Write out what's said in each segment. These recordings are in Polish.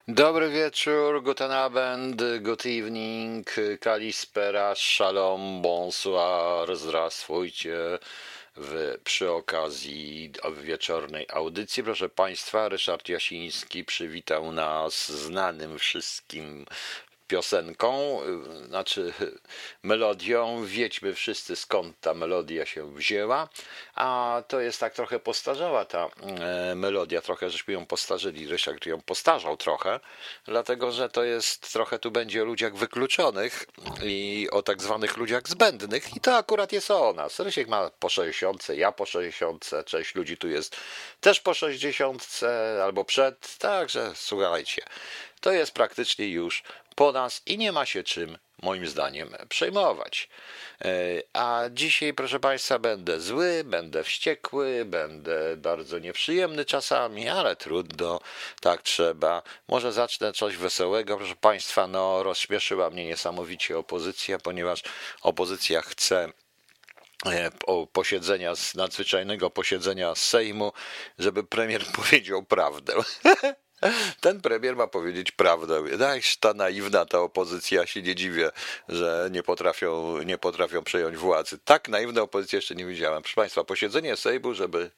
Dobry wieczór, guten Abend, good evening, kalispera, shalom, bonsoir, zdrawствуйте. Przy okazji wieczornej audycji, proszę Państwa, Ryszard Jasiński przywitał nas znanym wszystkim piosenką, znaczy melodią. Wiedźmy wszyscy, skąd ta melodia się wzięła, a to jest tak trochę postarzała ta melodia, trochę żeśmy ją postarzyli, Ryszard ją postarzał trochę, dlatego że to jest trochę, tu będzie o ludziach wykluczonych i o tak zwanych ludziach zbędnych i to akurat jest o nas. Rysiek ma po 60, ja po 60, część ludzi tu jest też po 60 albo przed, także słuchajcie, to jest praktycznie już po nas i nie ma się czym, moim zdaniem, przejmować. A dzisiaj, proszę Państwa, będę zły, będę wściekły, będę bardzo nieprzyjemny czasami, ale trudno, tak trzeba. Może zacznę coś wesołego, proszę Państwa, no rozśmieszyła mnie niesamowicie opozycja, ponieważ opozycja chce posiedzenia, nadzwyczajnego posiedzenia Sejmu, żeby premier powiedział prawdę. Ten premier ma powiedzieć prawdę. Ta naiwna ta opozycja, się nie dziwię, że nie potrafią przejąć władzy. Tak naiwna opozycja jeszcze nie widziałem. Proszę Państwa, posiedzenie Sejmu,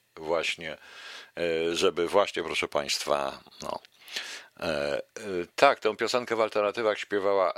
żeby właśnie, proszę Państwa, no. Tak, tę piosenkę w alternatywach śpiewała,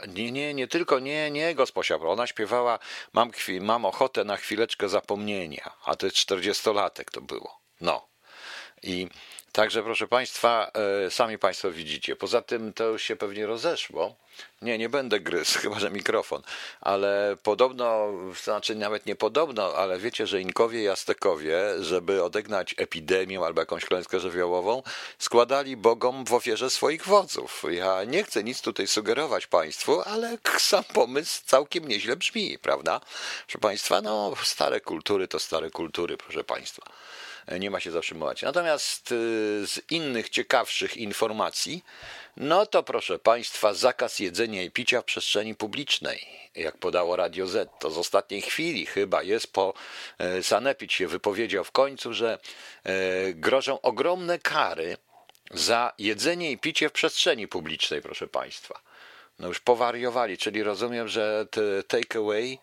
nie Gosposia, ona śpiewała mam ochotę na chwileczkę zapomnienia, a to jest 40-latek to było. No. I także, proszę Państwa, sami Państwo widzicie. Poza tym to już się pewnie rozeszło. Nie będę gryzł, chyba że mikrofon. Ale podobno, znaczy nawet nie podobno, ale wiecie, że Inkowie i Aztekowie, żeby odegnać epidemię albo jakąś klęskę żywiołową, składali bogom w ofierze swoich wodzów. Ja nie chcę nic tutaj sugerować Państwu, ale sam pomysł całkiem nieźle brzmi, prawda? Proszę Państwa, no stare kultury to stare kultury, proszę Państwa. Nie ma się zatrzymywać. Natomiast z innych ciekawszych informacji, no to proszę Państwa, zakaz jedzenia i picia w przestrzeni publicznej. Jak podało Radio Z, to z ostatniej chwili chyba jest Sanepid się wypowiedział w końcu, że grożą ogromne kary za jedzenie i picie w przestrzeni publicznej, proszę Państwa. No już powariowali, czyli rozumiem, że take away,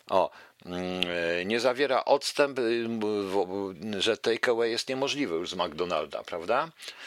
nie zawiera odstęp, że takeaway jest niemożliwy już z McDonalda, prawda?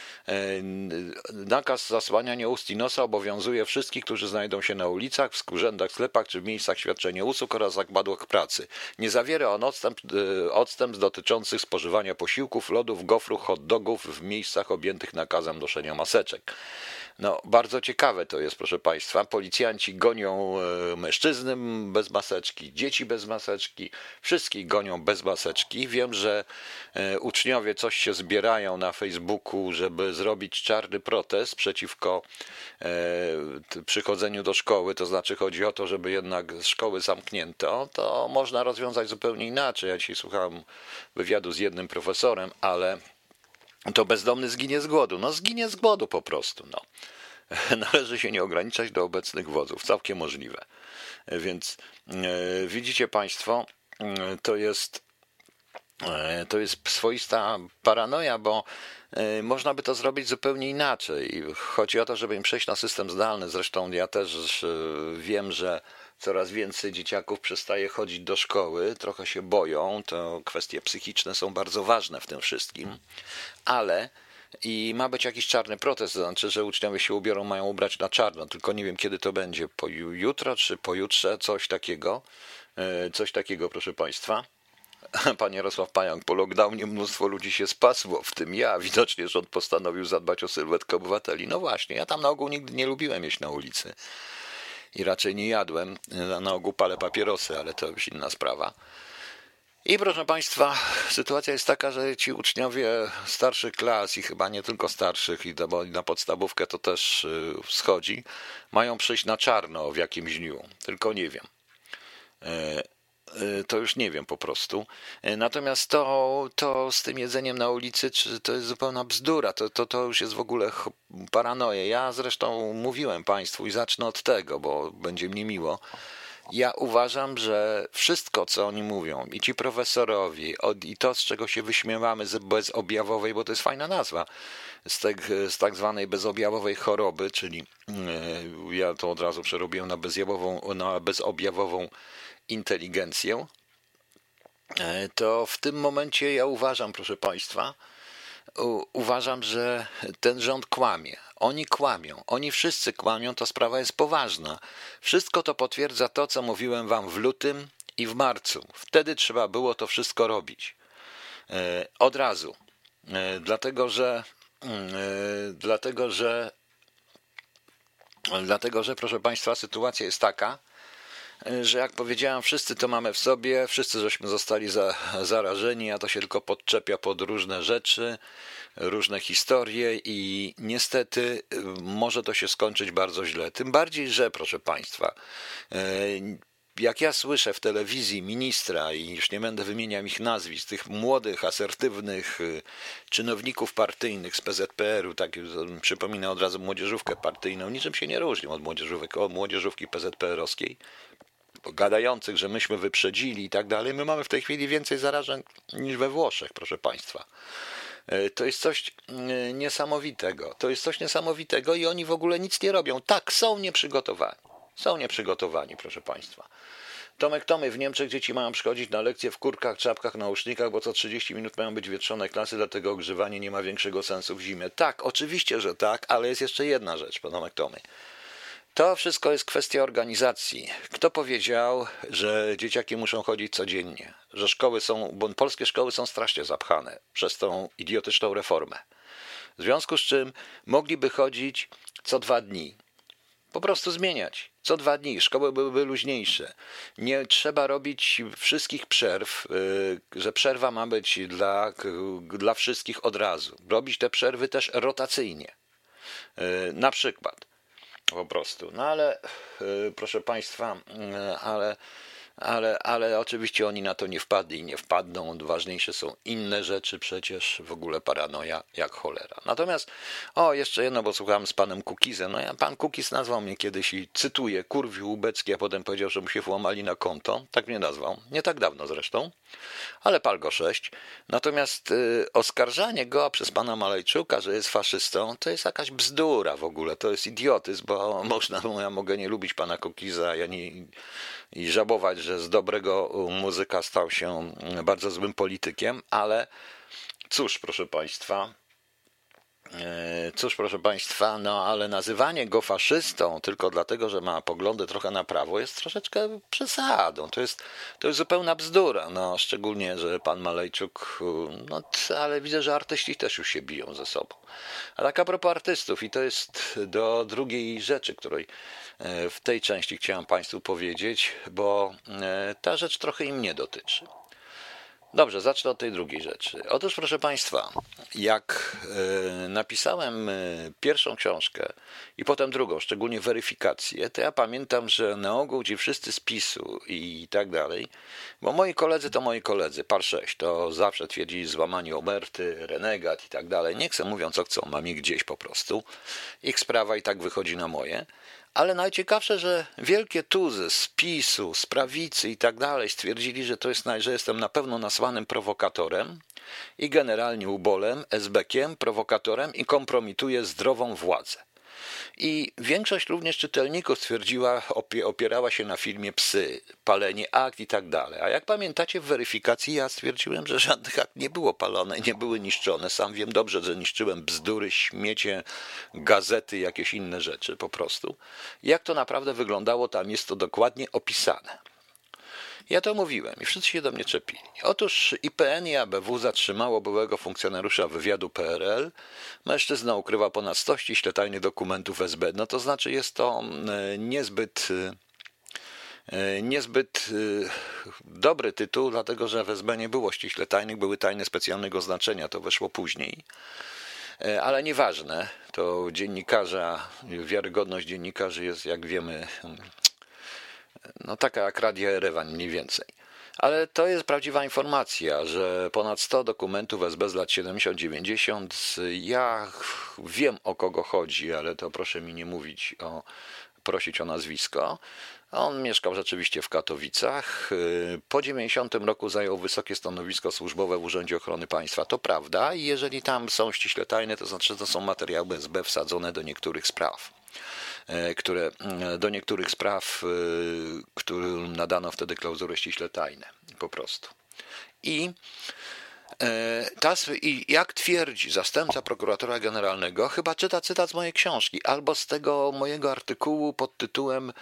Nakaz zasłaniania ust i nosa obowiązuje wszystkich, którzy znajdą się na ulicach, w urzędach, sklepach czy w miejscach świadczenia usług oraz zakładach pracy. Nie zawiera on odstęp dotyczących spożywania posiłków, lodów, gofrów, hot dogów w miejscach objętych nakazem noszenia maseczek. No, bardzo ciekawe to jest, proszę Państwa. Policjanci gonią mężczyzny bez maseczki, dzieci bez maseczki, wszystkich gonią bez maseczki. Wiem, że uczniowie coś się zbierają na Facebooku, żeby zrobić czarny protest przeciwko przychodzeniu do szkoły. To znaczy chodzi o to, żeby jednak szkoły zamknięto. To można rozwiązać zupełnie inaczej. Ja dzisiaj słuchałem wywiadu z jednym profesorem, ale to bezdomny zginie z głodu. No zginie z głodu po prostu. No. Należy się nie ograniczać do obecnych wodzów. Całkiem możliwe. Więc widzicie Państwo, to jest swoista paranoja, bo można by to zrobić zupełnie inaczej. Chodzi o to, żeby im przejść na system zdalny. Zresztą ja też wiem, że coraz więcej dzieciaków przestaje chodzić do szkoły, trochę się boją, to kwestie psychiczne są bardzo ważne w tym wszystkim, ale i ma być jakiś czarny protest, to znaczy, że uczniowie się mają ubrać na czarno, tylko nie wiem kiedy to będzie, jutro czy pojutrze, coś takiego, proszę Państwa. Pan Jarosław Pająk, po lockdownie mnóstwo ludzi się spasło, w tym ja. Widocznie rząd postanowił zadbać o sylwetkę obywateli. No właśnie, ja tam na ogół nigdy nie lubiłem jeść na ulicy i raczej nie jadłem. Na ogół palę papierosy, ale to już inna sprawa. I proszę Państwa, sytuacja jest taka, że ci uczniowie starszych klas i chyba nie tylko starszych, bo na podstawówkę to też wschodzi, mają przyjść na czarno w jakimś dniu, tylko nie wiem. To już nie wiem po prostu. Natomiast to z tym jedzeniem na ulicy, to jest zupełna bzdura, to już jest w ogóle paranoja. Ja zresztą mówiłem Państwu i zacznę od tego, bo będzie mi miło. Ja uważam, że wszystko, co oni mówią, i ci profesorowie, i to, z czego się wyśmiewamy z bezobjawowej, bo to jest fajna nazwa, z tak zwanej bezobjawowej choroby, czyli ja to od razu przerobiłem na bezobjawową inteligencję, to w tym momencie ja uważam, proszę Państwa, uważam, że ten rząd kłamie. Oni kłamią, oni wszyscy kłamią, to sprawa jest poważna. Wszystko to potwierdza to, co mówiłem wam w lutym i w marcu. Wtedy trzeba było to wszystko robić. Od razu. Dlatego, że proszę Państwa, sytuacja jest taka, że jak powiedziałem, wszyscy to mamy w sobie, wszyscy żeśmy zostali zarażeni, a to się tylko podczepia pod różne rzeczy, różne historie i niestety może to się skończyć bardzo źle. Tym bardziej, że proszę Państwa, jak ja słyszę w telewizji ministra, i już nie będę wymieniał ich nazwisk, tych młodych, asertywnych czynowników partyjnych z PZPR-u, tak przypomina od razu młodzieżówkę partyjną, niczym się nie różnią od młodzieżówki PZPR-owskiej, gadających, że myśmy wyprzedzili i tak dalej. My mamy w tej chwili więcej zarażeń niż we Włoszech, proszę Państwa. To jest coś niesamowitego. To jest coś niesamowitego i oni w ogóle nic nie robią. Tak, są nieprzygotowani. Są nieprzygotowani, proszę Państwa. Tomy, w Niemczech dzieci mają przychodzić na lekcje w kurtkach, czapkach, nausznikach, bo co 30 minut mają być wietrzone klasy, dlatego ogrzewanie nie ma większego sensu w zimie. Tak, oczywiście, że tak, ale jest jeszcze jedna rzecz, Tomy. To wszystko jest kwestia organizacji. Kto powiedział, że dzieciaki muszą chodzić codziennie? Że szkoły są, bo polskie szkoły są strasznie zapchane przez tą idiotyczną reformę. W związku z czym mogliby chodzić co 2 dni. Po prostu zmieniać. Co 2 dni. Szkoły byłyby luźniejsze. Nie trzeba robić wszystkich przerw, że przerwa ma być dla wszystkich od razu. Robić te przerwy też rotacyjnie. Na przykład. Po prostu. No ale, proszę Państwa, ale oczywiście oni na to nie wpadli i nie wpadną. Ważniejsze są inne rzeczy przecież, w ogóle paranoja jak cholera. Natomiast, jeszcze jedno, bo słuchałem z panem Kukizem. No pan Kukiz nazwał mnie kiedyś i cytuję, kurwiu ubecki, a potem powiedział, że mu się włamali na konto. Tak mnie nazwał. Nie tak dawno zresztą, ale pal go 6. Natomiast oskarżanie go przez pana Malejczuka, że jest faszystą, to jest jakaś bzdura w ogóle. To jest idiotyzm, bo ja mogę nie lubić pana Kukiza, i żabować, że z dobrego muzyka stał się bardzo złym politykiem, ale cóż, proszę Państwa, no ale nazywanie go faszystą tylko dlatego, że ma poglądy trochę na prawo, jest troszeczkę przesadą. To jest zupełna bzdura, no szczególnie, że pan Malejczuk, ale widzę, że artyści też już się biją ze sobą. A tak a propos artystów, i to jest do drugiej rzeczy, której w tej części chciałem Państwu powiedzieć, bo ta rzecz trochę im nie dotyczy. Dobrze, zacznę od tej drugiej rzeczy. Otóż, proszę Państwa, jak napisałem pierwszą książkę i potem drugą, szczególnie weryfikację, to ja pamiętam, że na ogół ci wszyscy z PiS-u i tak dalej, bo moi koledzy to moi koledzy, par 6, to zawsze twierdzili złamanie omerty, renegat i tak dalej. Nie chcę, mówią co chcą, mam ich gdzieś po prostu. Ich sprawa i tak wychodzi na moje. Ale najciekawsze, że wielkie tuzy z PiS-u, z prawicy i tak dalej stwierdzili, że jestem na pewno nasłanym prowokatorem i generalnie ubolem, esbekiem, prowokatorem i kompromituję zdrową władzę. I większość również czytelników stwierdziła, opierała się na filmie Psy, palenie akt i tak dalej. A jak pamiętacie, w weryfikacji ja stwierdziłem, że żadnych akt nie było palone, nie były niszczone. Sam wiem dobrze, że niszczyłem bzdury, śmiecie, gazety, jakieś inne rzeczy po prostu. Jak to naprawdę wyglądało, tam jest to dokładnie opisane. Ja to mówiłem i wszyscy się do mnie czepili. Otóż IPN i ABW zatrzymało byłego funkcjonariusza wywiadu PRL. Mężczyzna ukrywa ponad 100 ściśle tajnych dokumentów SB. No to znaczy jest to niezbyt dobry tytuł, dlatego że w SB nie było ściśle tajnych, były tajne specjalnego znaczenia, to weszło później. Ale nieważne, to wiarygodność dziennikarzy jest, jak wiemy, taka jak Radia Erewań mniej więcej. Ale to jest prawdziwa informacja, że ponad 100 dokumentów SB z lat 70-90. Ja wiem, o kogo chodzi, ale to proszę mi nie mówić o prosić o nazwisko. On mieszkał rzeczywiście w Katowicach. Po 90 roku zajął wysokie stanowisko służbowe w Urzędzie Ochrony Państwa. To prawda i jeżeli tam są ściśle tajne, to znaczy, że to są materiały SB wsadzone do niektórych spraw, którym nadano wtedy klauzurę ściśle tajne po prostu. I jak twierdzi zastępca prokuratora generalnego, chyba czyta cytat z mojej książki, albo z tego mojego artykułu pod tytułem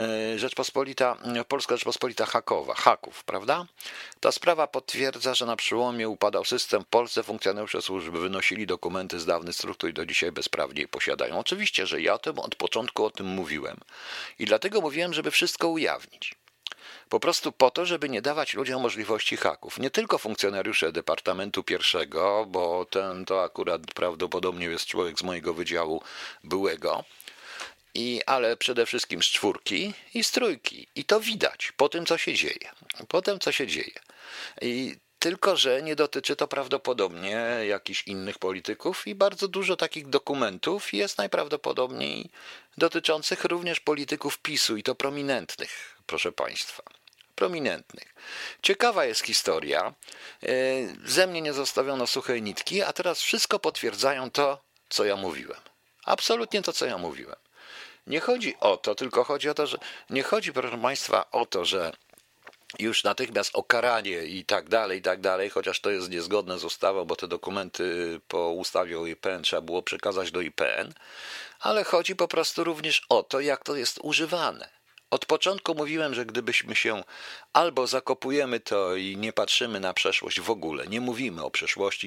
Polska Rzeczpospolita haków, prawda? Ta sprawa potwierdza, że na przełomie upadał system. W Polsce funkcjonariusze służby wynosili dokumenty z dawnych struktur i do dzisiaj bezprawnie je posiadają. Oczywiście, że ja od początku o tym mówiłem i dlatego mówiłem, żeby wszystko ujawnić. Po prostu po to, żeby nie dawać ludziom możliwości haków. Nie tylko funkcjonariusze Departamentu I, bo to akurat prawdopodobnie jest człowiek z mojego wydziału byłego, ale przede wszystkim z 4 i z 3. I to widać po tym, co się dzieje. Tylko że nie dotyczy to prawdopodobnie jakichś innych polityków i bardzo dużo takich dokumentów jest najprawdopodobniej dotyczących również polityków PiS-u i to prominentnych, proszę Państwa. Prominentnych. Ciekawa jest historia. Ze mnie nie zostawiono suchej nitki, a teraz wszystko potwierdzają to, co ja mówiłem. Absolutnie to, co ja mówiłem. Nie chodzi o to, tylko chodzi o to, że nie chodzi, proszę Państwa, o to, że już natychmiast o karanie i tak dalej, chociaż to jest niezgodne z ustawą, bo te dokumenty po ustawie o IPN trzeba było przekazać do IPN, ale chodzi po prostu również o to, jak to jest używane. Od początku mówiłem, że gdybyśmy się albo zakopujemy to i nie patrzymy na przeszłość w ogóle, nie mówimy o przeszłości,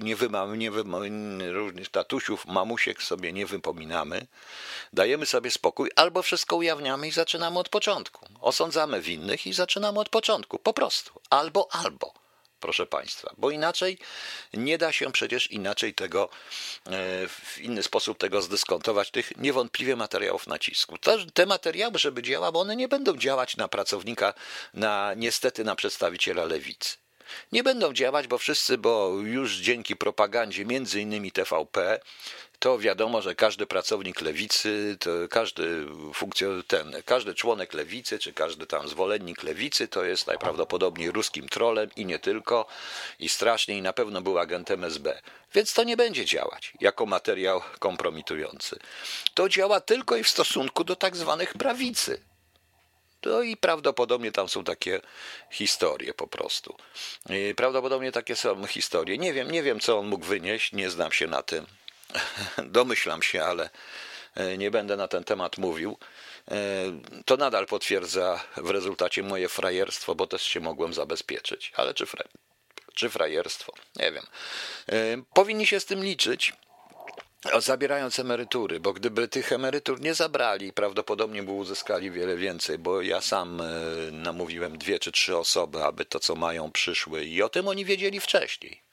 różnych tatusiów, mamusiek sobie nie wypominamy, dajemy sobie spokój, albo wszystko ujawniamy i zaczynamy od początku. Osądzamy winnych i zaczynamy od początku, po prostu. Albo. Proszę Państwa, bo inaczej nie da się przecież inaczej w inny sposób tego zdyskontować, tych niewątpliwie materiałów nacisku. Te materiały, żeby działały, one nie będą działać na pracownika, niestety na przedstawiciela lewicy. Nie będą działać, bo już dzięki propagandzie, między innymi TVP, to wiadomo, że każdy pracownik lewicy, to każdy członek lewicy, czy każdy tam zwolennik lewicy, to jest najprawdopodobniej ruskim trollem i nie tylko, i strasznie, i na pewno był agentem SB. Więc to nie będzie działać jako materiał kompromitujący. To działa tylko i w stosunku do tak zwanych prawicy. No i prawdopodobnie tam są takie historie po prostu. Prawdopodobnie takie są historie. Nie wiem, co on mógł wynieść, nie znam się na tym. Domyślam się, ale nie będę na ten temat mówił. To nadal potwierdza w rezultacie moje frajerstwo, bo też się mogłem zabezpieczyć. Ale czy frajerstwo? Nie wiem. Powinni się z tym liczyć, zabierając emerytury, bo gdyby tych emerytur nie zabrali, prawdopodobnie by uzyskali wiele więcej, bo ja sam namówiłem 2 czy 3 osoby, aby to, co mają, przyszły i o tym oni wiedzieli wcześniej.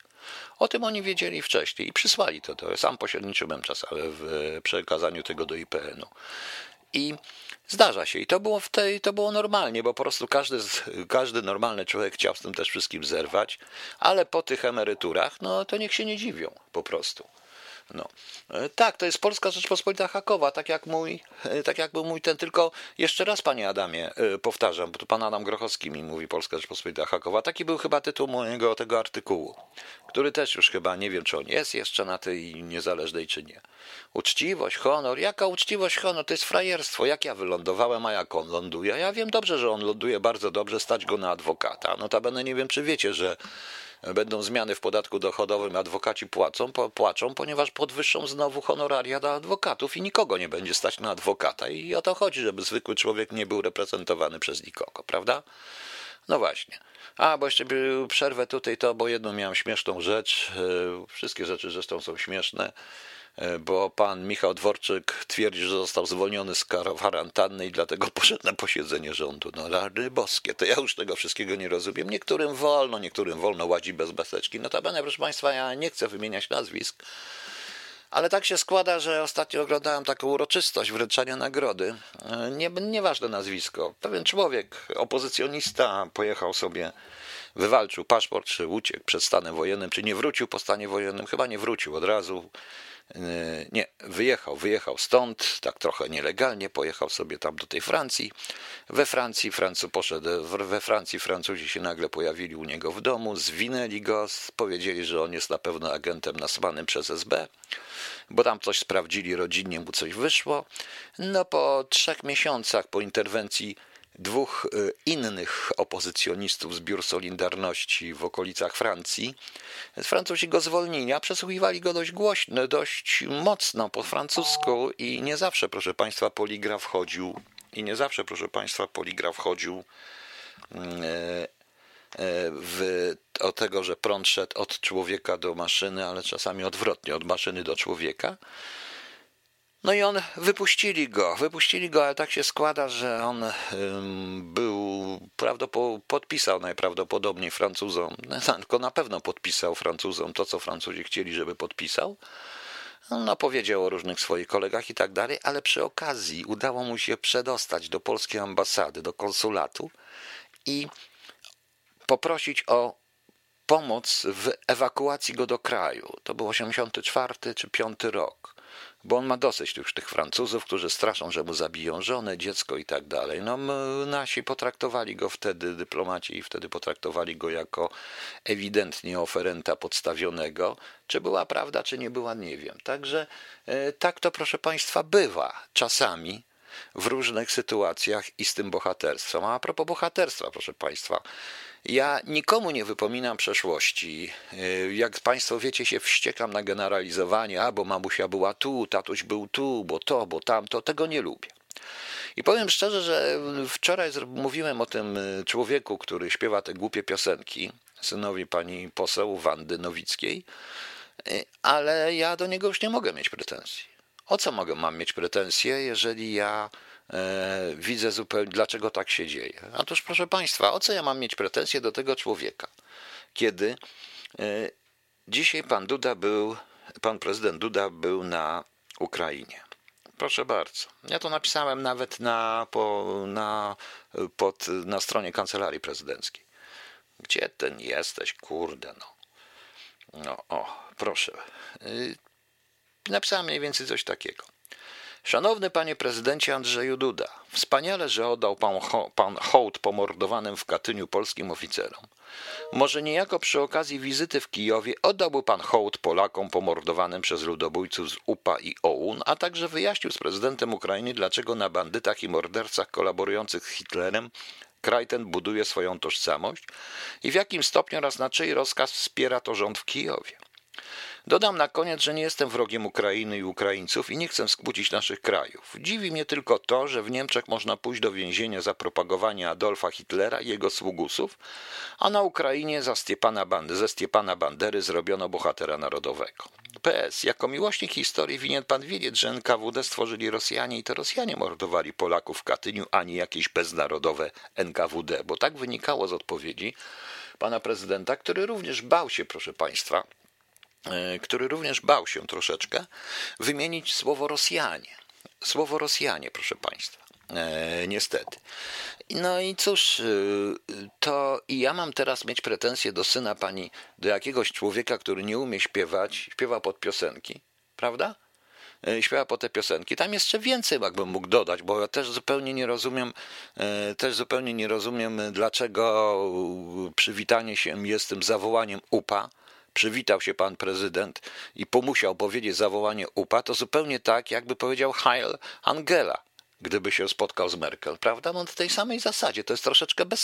I przysłali to. Sam pośredniczyłem czasami w przekazaniu tego do IPN-u. I zdarza się. I to było normalnie, bo po prostu każdy normalny człowiek chciał z tym też wszystkim zerwać, ale po tych emeryturach, no to niech się nie dziwią po prostu. No. Tak, to jest Polska Rzeczpospolita hakowa, tak jak był mój ten, tylko jeszcze raz, panie Adamie, powtarzam, bo tu pan Adam Grochowski mi mówi Polska Rzeczpospolita hakowa, taki był chyba tytuł mojego tego artykułu, który też już chyba, nie wiem, czy on jest jeszcze na tej niezależnej, czy nie. Uczciwość, honor, jaka uczciwość, honor, to jest frajerstwo, jak ja wylądowałem, a jak on ląduje, ja wiem dobrze, że on ląduje bardzo dobrze, stać go na adwokata, notabene nie wiem, czy wiecie, że będą zmiany w podatku dochodowym, adwokaci płaczą, ponieważ podwyższą znowu honoraria dla adwokatów i nikogo nie będzie stać na adwokata i o to chodzi, żeby zwykły człowiek nie był reprezentowany przez nikogo, prawda? No właśnie. Bo jeszcze przerwę tutaj bo jedną miałem śmieszną rzecz, wszystkie rzeczy zresztą są śmieszne, bo pan Michał Dworczyk twierdzi, że został zwolniony z kwarantanny i dlatego poszedł na posiedzenie rządu. No rany boskie, to ja już tego wszystkiego nie rozumiem. Niektórym wolno łazi bez maseczki. Notabene, proszę Państwa, ja nie chcę wymieniać nazwisk, ale tak się składa, że ostatnio oglądałem taką uroczystość wręczania nagrody. Nieważne nazwisko. Pewien człowiek, opozycjonista, pojechał sobie, wywalczył paszport, czy uciekł przed stanem wojennym, czy nie wrócił po stanie wojennym. Chyba nie wrócił od razu. Nie, wyjechał stąd, tak trochę nielegalnie, pojechał sobie tam do tej Francji. We Francji Francuzi się nagle pojawili u niego w domu, zwinęli go, powiedzieli, że on jest na pewno agentem nasłanym przez SB, bo tam coś sprawdzili rodzinnie, mu coś wyszło. No po 3 miesiącach po interwencji 2 innych opozycjonistów z biur Solidarności w okolicach Francji, Francuzi go zwolnili, a przesłuchiwali go dość głośno, dość mocno po francusku i nie zawsze, proszę Państwa, poligraf chodził od tego, że prąd szedł od człowieka do maszyny, ale czasami odwrotnie, od maszyny do człowieka. No i wypuścili go, ale tak się składa, że on podpisał najprawdopodobniej Francuzom, tylko na pewno podpisał Francuzom to, co Francuzi chcieli, żeby podpisał. No, powiedział o różnych swoich kolegach i tak dalej, ale przy okazji udało mu się przedostać do polskiej ambasady, do konsulatu i poprosić o pomoc w ewakuacji go do kraju. To był 84 czy 5 rok. Bo on ma dosyć już tych Francuzów, którzy straszą, że mu zabiją żonę, dziecko i tak dalej. No nasi potraktowali go wtedy, dyplomaci, i wtedy potraktowali go jako ewidentnie oferenta podstawionego. Czy była prawda, czy nie była, nie wiem. Także tak to, proszę Państwa, bywa czasami w różnych sytuacjach i z tym bohaterstwem. A propos bohaterstwa, proszę Państwa, ja nikomu nie wypominam przeszłości. Jak Państwo wiecie, się wściekam na generalizowanie, bo mamusia była tu, tatuś był tu, bo to, bo tamto. Tego nie lubię. I powiem szczerze, że wczoraj mówiłem o tym człowieku, który śpiewa te głupie piosenki, synowi pani poseł Wandy Nowickiej, ale ja do niego już nie mogę mieć pretensji. O co mam mieć pretensje, jeżeli ja widzę zupełnie, dlaczego tak się dzieje? Otóż, proszę Państwa, o co ja mam mieć pretensje do tego człowieka, kiedy dzisiaj pan prezydent Duda był na Ukrainie. Proszę bardzo. Ja to napisałem nawet na stronie Kancelarii Prezydenckiej. Gdzie ten jesteś, kurde, no. No, proszę. Napisałem mniej więcej coś takiego. Szanowny panie prezydencie Andrzeju Duda, wspaniale, że oddał pan hołd pomordowanym w Katyniu polskim oficerom. Może niejako przy okazji wizyty w Kijowie oddałby pan hołd Polakom pomordowanym przez ludobójców z UPA i OUN, a także wyjaśnił z prezydentem Ukrainy, dlaczego na bandytach i mordercach kolaborujących z Hitlerem kraj ten buduje swoją tożsamość i w jakim stopniu oraz na czyj rozkaz wspiera to rząd w Kijowie. Dodam na koniec, że nie jestem wrogiem Ukrainy i Ukraińców i nie chcę skłócić naszych krajów. Dziwi mnie tylko to, że w Niemczech można pójść do więzienia za propagowanie Adolfa Hitlera i jego sługusów, a na Ukrainie ze Stepana Bandery zrobiono bohatera narodowego. PS. Jako miłośnik historii winien pan wiedzieć, że NKWD stworzyli Rosjanie i to Rosjanie mordowali Polaków w Katyniu, a nie jakieś beznarodowe NKWD, bo tak wynikało z odpowiedzi pana prezydenta, który również bał się, proszę państwa, troszeczkę wymienić słowo Rosjanie. Słowo Rosjanie, proszę Państwa. Niestety. No i cóż, to i ja mam teraz mieć pretensje do syna pani, do jakiegoś człowieka, który nie umie śpiewać, śpiewa pod piosenki, prawda? Śpiewa pod te piosenki. Tam jeszcze więcej jakbym mógł dodać, bo ja też zupełnie nie rozumiem, dlaczego przywitanie się jest tym zawołaniem UPA. Przywitał się pan prezydent i musiał powiedzieć zawołanie UPA, to zupełnie tak, jakby powiedział Heil Angela, gdyby się spotkał z Merkel, prawda? No w tej samej zasadzie, to jest troszeczkę bez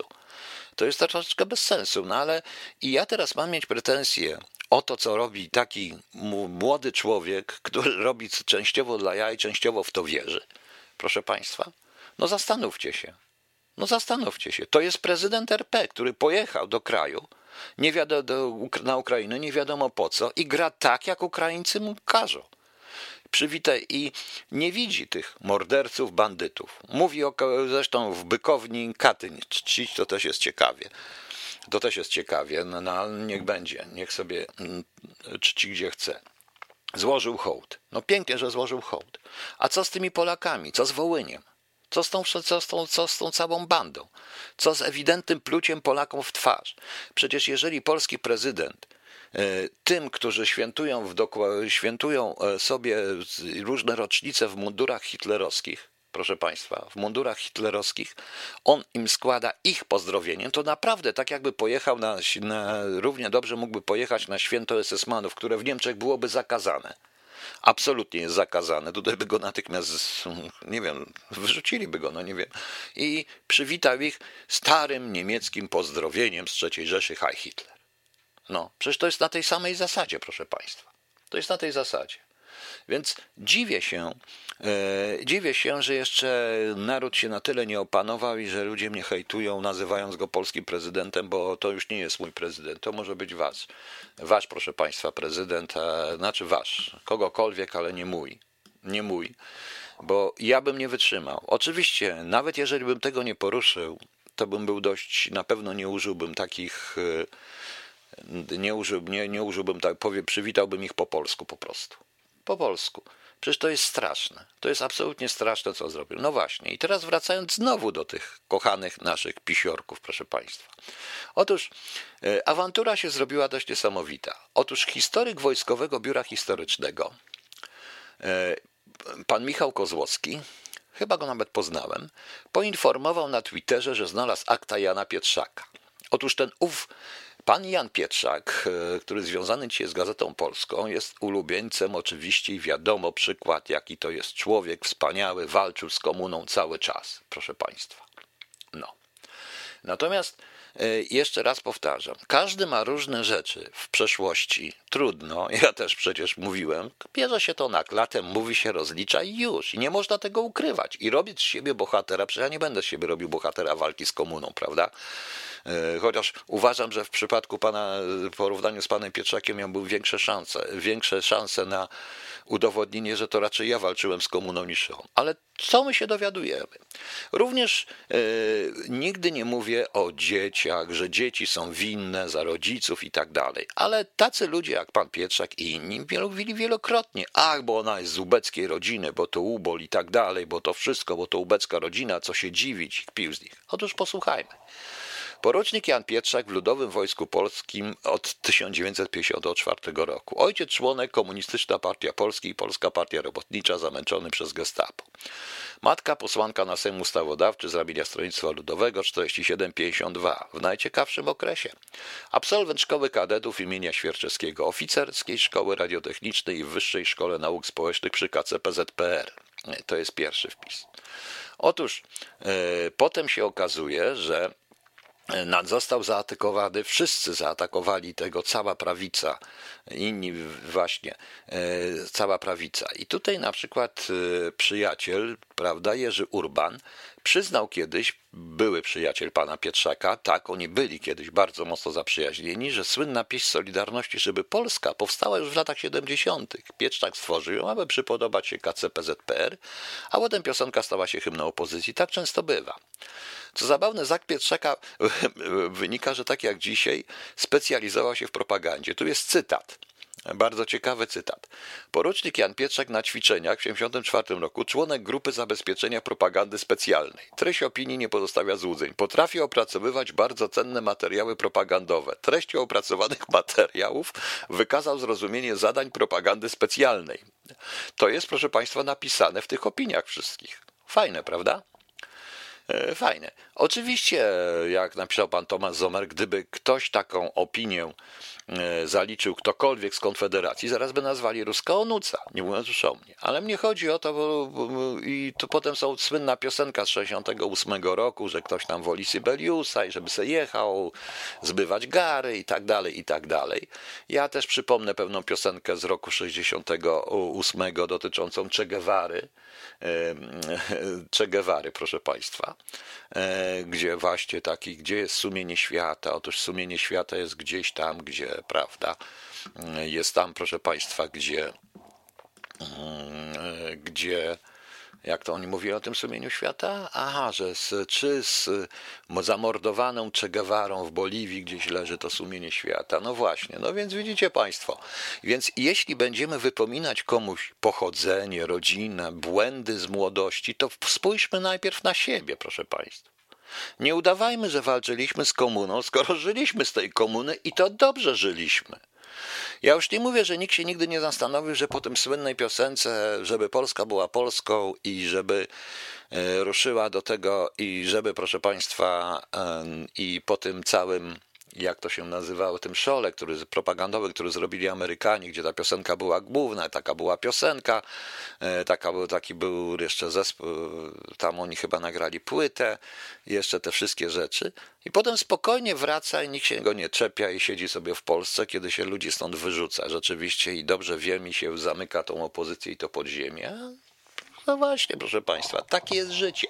sensu. No ale i ja teraz mam mieć pretensje o to, co robi taki młody człowiek, który robi częściowo dla jaj, częściowo w to wierzy. Proszę państwa, no zastanówcie się. To jest prezydent RP, który pojechał do kraju, na Ukrainę, nie wiadomo po co, i gra tak, jak Ukraińcy mu każą. Przywitaj i nie widzi tych morderców, bandytów. Mówi zresztą w Bykowni Katyń czcić, to też jest ciekawie. No niech będzie, niech sobie czci gdzie chce. Złożył hołd. No pięknie, że złożył hołd. A co z tymi Polakami? Co z Wołyniem? Co z tą całą bandą? Co z ewidentnym pluciem Polakom w twarz? Przecież jeżeli polski prezydent tym, którzy świętują sobie różne rocznice w mundurach hitlerowskich, proszę Państwa, w mundurach hitlerowskich, on im składa ich pozdrowienie, to naprawdę tak jakby pojechał równie dobrze mógłby pojechać na święto SS-manów, które w Niemczech byłoby zakazane. Absolutnie jest zakazane. Tutaj by go natychmiast, nie wiem, wyrzuciliby go, no nie wiem. I przywitał ich starym niemieckim pozdrowieniem z III Rzeszy Heil Hitler. No, przecież to jest na tej samej zasadzie, proszę Państwa. To jest na tej zasadzie. Więc dziwię się, że jeszcze naród się na tyle nie opanował i że ludzie mnie hejtują, nazywając go polskim prezydentem, bo to już nie jest mój prezydent, to może być wasz, proszę Państwa, prezydent, znaczy wasz, kogokolwiek, ale nie mój, bo ja bym nie wytrzymał. Oczywiście, nawet jeżeli bym tego nie poruszył, to bym był na pewno nie użyłbym takich, nie użyłbym tak, przywitałbym ich po polsku po prostu. Po polsku. Przecież to jest straszne. To jest absolutnie straszne, co zrobił. No właśnie. I teraz wracając znowu do tych kochanych naszych pisiorków, proszę Państwa. Otóż awantura się zrobiła dość niesamowita. Otóż historyk Wojskowego Biura Historycznego, pan Michał Kozłowski, chyba go nawet poznałem, poinformował na Twitterze, że znalazł akta Jana Pietrzaka. Otóż pan Jan Pietrzak, który związany dzisiaj z Gazetą Polską, jest ulubieńcem oczywiście i wiadomo przykład, jaki to jest człowiek wspaniały, walczył z komuną cały czas, proszę Państwa. No. Natomiast jeszcze raz powtarzam, każdy ma różne rzeczy w przeszłości, trudno, ja też przecież mówiłem, bierze się to na klatę, mówi się, rozlicza i już. I nie można tego ukrywać i robić z siebie bohatera, przecież ja nie będę z siebie robił bohatera walki z komuną, prawda? Chociaż uważam, że w przypadku pana, w porównaniu z panem Pietrzakiem, miał był większe szanse na udowodnienie, że to raczej ja walczyłem z komuną niż on. Ale co my się dowiadujemy? Również nigdy nie mówię o dzieciach, że dzieci są winne za rodziców i tak dalej. Ale tacy ludzie jak pan Pietrzak i inni mówili wielokrotnie, bo ona jest z ubeckiej rodziny, bo to ubol i tak dalej, bo to wszystko, bo to ubecka rodzina, co się dziwić, kpił z nich. Otóż posłuchajmy. Porucznik Jan Pietrzak w Ludowym Wojsku Polskim od 1954 roku. Ojciec członek Komunistyczna Partia Polski i Polska Partia Robotnicza, zamęczony przez gestapo. Matka posłanka na Sejm Ustawodawczy z ramienia Stronnictwa Ludowego 47-52 w najciekawszym okresie. Absolwent Szkoły Kadetów imienia Świerczewskiego, Oficerskiej Szkoły Radiotechnicznej i Wyższej Szkole Nauk Społecznych przy KCPZPR. To jest pierwszy wpis. Otóż potem się okazuje, że został zaatakowany, wszyscy zaatakowali tego, cała prawica, inni właśnie, cała prawica. I tutaj na przykład przyjaciel, prawda, Jerzy Urban, przyznał kiedyś, były przyjaciel pana Pietrzaka, tak, oni byli kiedyś bardzo mocno zaprzyjaźnieni, że słynna pieśń Solidarności, żeby Polska powstała już w latach 70. Pietrzak stworzył ją, aby przypodobać się KCPZPR, a potem piosenka stała się hymną opozycji. Tak często bywa. Co zabawne, z akt Pietrzaka wynika, że tak jak dzisiaj specjalizował się w propagandzie. Tu jest cytat. Bardzo ciekawy cytat. Porucznik Jan Pietrzak na ćwiczeniach w 1974 roku, członek Grupy Zabezpieczenia Propagandy Specjalnej. Treść opinii nie pozostawia złudzeń. Potrafi opracowywać bardzo cenne materiały propagandowe. Treścią opracowanych materiałów wykazał zrozumienie zadań propagandy specjalnej. To jest, proszę Państwa, napisane w tych opiniach wszystkich. Fajne, prawda? Fajne. Oczywiście, jak napisał pan Tomasz Zomer, gdyby ktoś taką opinię zaliczył ktokolwiek z Konfederacji, zaraz by nazwali ruska onuca, nie mówiąc już o mnie. Ale mnie chodzi o to, i to potem są słynna piosenka z 68 roku, że ktoś tam woli Sybeliusa i żeby se jechał, zbywać gary i tak dalej, i tak dalej. Ja też przypomnę pewną piosenkę z roku 68 dotyczącą Che Guevary, proszę Państwa, gdzie właśnie gdzie jest sumienie świata. Otóż sumienie świata jest gdzieś tam, gdzie, prawda, jest tam, proszę Państwa, gdzie jak to oni mówią o tym sumieniu świata? Aha, że z zamordowaną Che Guevarą w Boliwii gdzieś leży to sumienie świata. No właśnie, no więc widzicie Państwo. Więc jeśli będziemy wypominać komuś pochodzenie, rodzinę, błędy z młodości, to spójrzmy najpierw na siebie, proszę Państwa. Nie udawajmy, że walczyliśmy z komuną, skoro żyliśmy z tej komuny i to dobrze żyliśmy. Ja już nie mówię, że nikt się nigdy nie zastanowił, że po tym słynnej piosence, żeby Polska była Polską i żeby ruszyła do tego i żeby, proszę Państwa, i po tym całym, jak to się nazywało, tym szole, propagandowy, który zrobili Amerykanie, gdzie ta piosenka była główna, taka była piosenka, taki był jeszcze zespół, tam oni chyba nagrali płytę, jeszcze te wszystkie rzeczy. I potem spokojnie wraca i nikt się go nie czepia i siedzi sobie w Polsce, kiedy się ludzi stąd wyrzuca. Rzeczywiście i dobrze wiem i się zamyka tą opozycję i to podziemie. No właśnie, proszę Państwa, takie jest życie.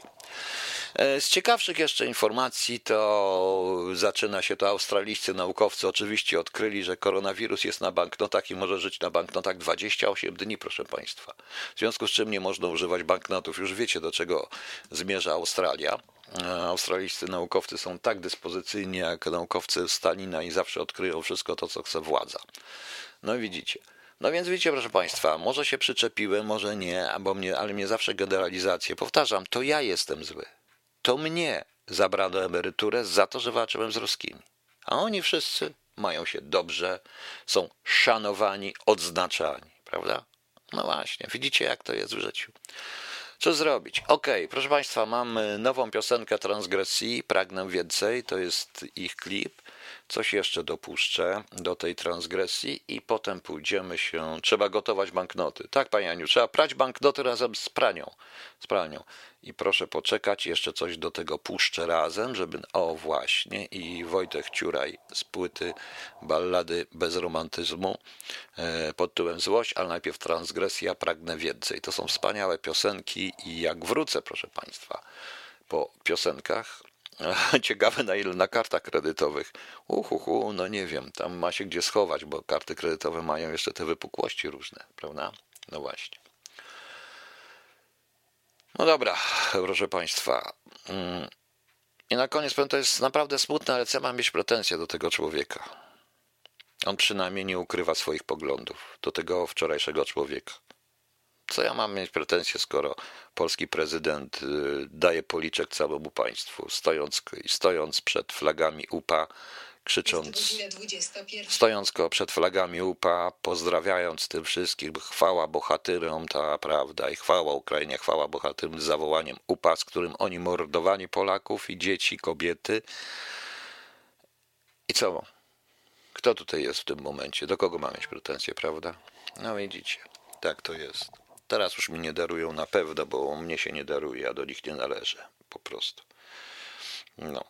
Z ciekawszych jeszcze informacji to zaczyna się to australijscy naukowcy oczywiście odkryli, że koronawirus jest na banknotach i może żyć na banknotach 28 dni, proszę Państwa. W związku z czym nie można używać banknotów. Już wiecie, do czego zmierza Australia. Australijscy naukowcy są tak dyspozycyjni jak naukowcy Stalina i zawsze odkryją wszystko to, co chce władza. No widzicie. No więc widzicie, proszę Państwa, może się przyczepiłem, może nie, ale mnie zawsze generalizacje. Powtarzam, to ja jestem zły. To mnie zabrano emeryturę za to, że walczyłem z ruskimi. A oni wszyscy mają się dobrze, są szanowani, odznaczani, prawda? No właśnie, widzicie, jak to jest w życiu. Co zrobić? Okej, proszę Państwa, mam nową piosenkę Transgresji, Pragnę Więcej, to jest ich klip. Coś jeszcze dopuszczę do tej transgresji i potem pójdziemy się... Trzeba gotować banknoty. Tak, Pani Aniu, trzeba prać banknoty razem z pranią. I proszę poczekać, jeszcze coś do tego puszczę razem, żeby... O, właśnie. I Wojtek Ciuraj z płyty Ballady bez romantyzmu pod tytułem Złość, ale najpierw Transgresja, Pragnę Więcej. To są wspaniałe piosenki i jak wrócę, proszę Państwa, po piosenkach... Ciekawe na ile na kartach kredytowych. No nie wiem, tam ma się gdzie schować, bo karty kredytowe mają jeszcze te wypukłości różne, prawda? No właśnie. No dobra, proszę Państwa. I na koniec powiem, to jest naprawdę smutne, ale co mam mieć pretensje do tego człowieka? On przynajmniej nie ukrywa swoich poglądów do tego wczorajszego człowieka. Co ja mam mieć pretensje, skoro polski prezydent daje policzek całemu państwu, stojąc przed flagami UPA, krzycząc, stojąc przed flagami UPA, pozdrawiając tym wszystkich, chwała bohatyrom, ta prawda, i chwała Ukrainie, chwała bohatyrom z zawołaniem UPA, z którym oni mordowali Polaków i dzieci, kobiety. I co? Kto tutaj jest w tym momencie? Do kogo mam mieć pretensje, prawda? No widzicie, tak to jest. Teraz już mi nie darują na pewno, bo mnie się nie daruje, a do nich nie należę. Po prostu. No.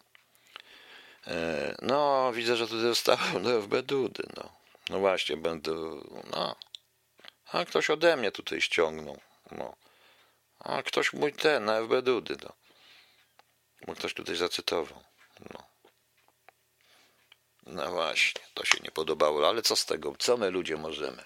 No, widzę, że tutaj dostałem do FB Dudy. No właśnie, będę... No. A ktoś ode mnie tutaj ściągnął. No. A ktoś mój na FB Dudy. No. Bo ktoś tutaj zacytował. No. No właśnie, to się nie podobało. Ale co z tego? Co my ludzie możemy?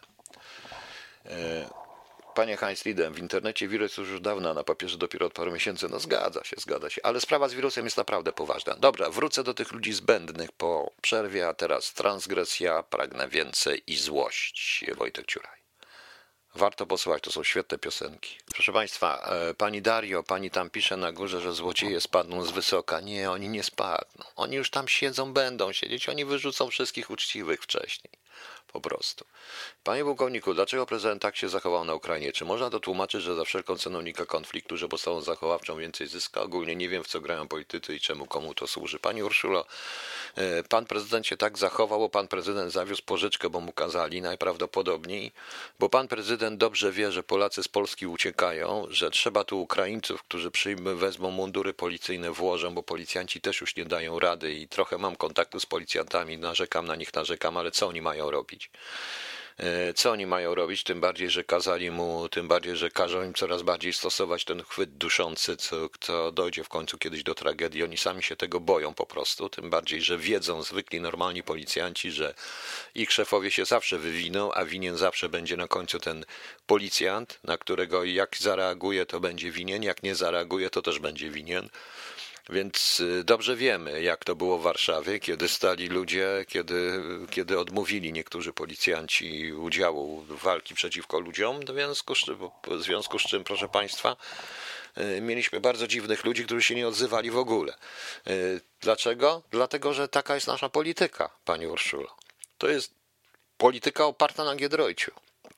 Panie Heinz Lieden, w internecie wirus już dawno, na papierze dopiero od paru miesięcy. No zgadza się, ale sprawa z wirusem jest naprawdę poważna. Dobra, wrócę do tych ludzi zbędnych po przerwie, a teraz Transgresja, Pragnę Więcej i Złość. Wojtek Ciuraj. Warto posłuchać, to są świetne piosenki. Proszę Państwa, pani Dario, pani tam pisze na górze, że złodzieje spadną z wysoka. Nie, oni nie spadną. Oni już tam siedzą, będą siedzieć, oni wyrzucą wszystkich uczciwych wcześniej. Po prostu. Panie pułkowniku, dlaczego prezydent tak się zachował na Ukrainie? Czy można to tłumaczyć, że za wszelką cenę unika konfliktu, że postawą zachowawczą więcej zyska? Ogólnie nie wiem, w co grają politycy i komu to służy. Pani Urszulo, pan prezydent się tak zachował, bo pan prezydent zawiózł pożyczkę, bo mu kazali najprawdopodobniej, bo pan prezydent dobrze wie, że Polacy z Polski uciekają, że trzeba tu Ukraińców, którzy wezmą mundury policyjne, włożą, bo policjanci też już nie dają rady i trochę mam kontaktu z policjantami, narzekam, ale co oni mają robić? Co oni mają robić? Tym bardziej, że każą im coraz bardziej stosować ten chwyt duszący, co dojdzie w końcu kiedyś do tragedii. Oni sami się tego boją po prostu. Tym bardziej, że wiedzą zwykli normalni policjanci, że ich szefowie się zawsze wywiną, a winien zawsze będzie na końcu ten policjant, na którego jak zareaguje, to będzie winien, jak nie zareaguje, to też będzie winien. Więc dobrze wiemy, jak to było w Warszawie, kiedy stali ludzie, kiedy odmówili niektórzy policjanci udziału w walki przeciwko ludziom, w związku z czym, proszę Państwa, mieliśmy bardzo dziwnych ludzi, którzy się nie odzywali w ogóle. Dlaczego? Dlatego, że taka jest nasza polityka, Pani Urszulo. To jest polityka oparta na Giedroyciu.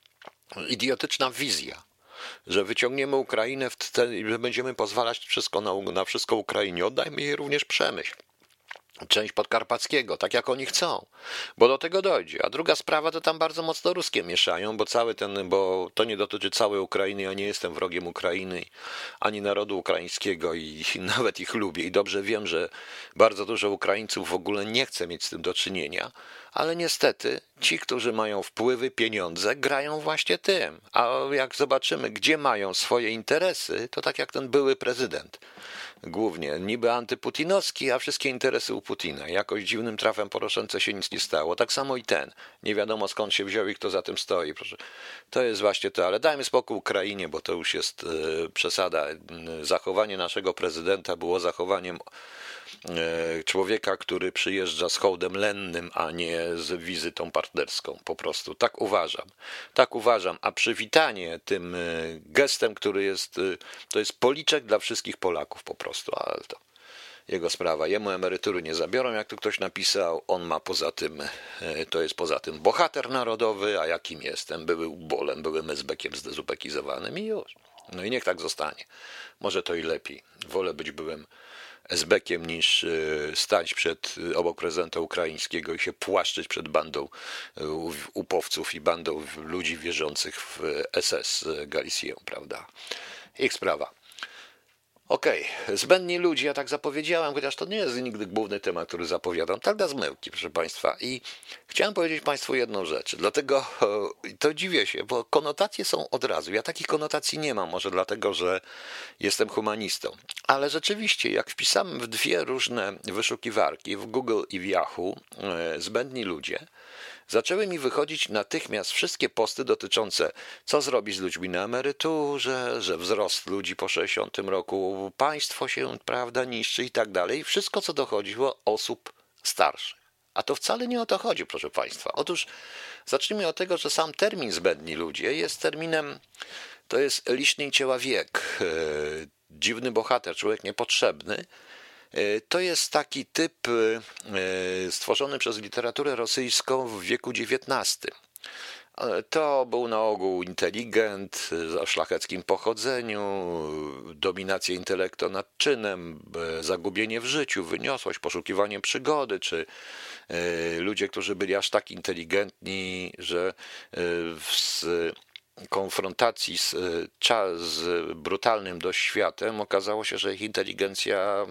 Idiotyczna wizja, że wyciągniemy Ukrainę, że będziemy pozwalać wszystko na wszystko Ukrainie. Oddajmy jej również Przemyśl, część podkarpackiego, tak jak oni chcą, bo do tego dojdzie. A druga sprawa, to tam bardzo mocno ruskie mieszają, bo to nie dotyczy całej Ukrainy, ja nie jestem wrogiem Ukrainy, ani narodu ukraińskiego i nawet ich lubię i dobrze wiem, że bardzo dużo Ukraińców w ogóle nie chce mieć z tym do czynienia, ale niestety ci, którzy mają wpływy, pieniądze, grają właśnie tym. A jak zobaczymy, gdzie mają swoje interesy, to tak jak ten były prezydent, głównie niby antyputinowski, a wszystkie interesy u Putina. Jakoś dziwnym trafem Poroszence się nic nie stało. Tak samo i ten. Nie wiadomo skąd się wziął i kto za tym stoi. Proszę. To jest właśnie to. Ale dajmy spokój Ukrainie, bo to już jest przesada. Zachowanie naszego prezydenta było zachowaniem człowieka, który przyjeżdża z hołdem lennym, a nie z wizytą partnerską. Po prostu tak uważam. Tak uważam. A przywitanie tym gestem, który jest, to jest policzek dla wszystkich Polaków po prostu. Ale to jego sprawa. Jemu emerytury nie zabiorą, jak tu ktoś napisał. On ma poza tym, to jest poza tym bohater narodowy, a jakim jestem? Bolem, byłym esbekiem zdezubekizowanym i już. No i niech tak zostanie. Może to i lepiej. Wolę być byłym esbekiem niż stać obok prezydenta ukraińskiego i się płaszczyć przed bandą upowców i bandą ludzi wierzących w SS Galicję, prawda? Ich sprawa. Okej, zbędni ludzie, ja tak zapowiedziałem, chociaż to nie jest nigdy główny temat, który zapowiadam, tak da zmyłki, proszę Państwa. I chciałem powiedzieć Państwu jedną rzecz, dlatego to dziwię się, bo konotacje są od razu. Ja takich konotacji nie mam, może dlatego, że jestem humanistą. Ale rzeczywiście, jak wpisałem w dwie różne wyszukiwarki, w Google i w Yahoo, zbędni ludzie, zaczęły mi wychodzić natychmiast wszystkie posty dotyczące, co zrobić z ludźmi na emeryturze, że wzrost ludzi po 60 roku, państwo się, prawda, niszczy i tak dalej. Wszystko, co dochodziło osób starszych. A to wcale nie o to chodzi, proszę Państwa. Otóż zacznijmy od tego, że sam termin zbędni ludzie jest terminem, to jest liczny ciała wiek, dziwny bohater, człowiek niepotrzebny. To jest taki typ stworzony przez literaturę rosyjską w wieku XIX. To był na ogół inteligent o szlacheckim pochodzeniu, dominacja intelektu nad czynem, zagubienie w życiu, wyniosłość, poszukiwanie przygody, czy ludzie, którzy byli aż tak inteligentni, że w konfrontacji z brutalnym dość światem okazało się, że ich inteligencja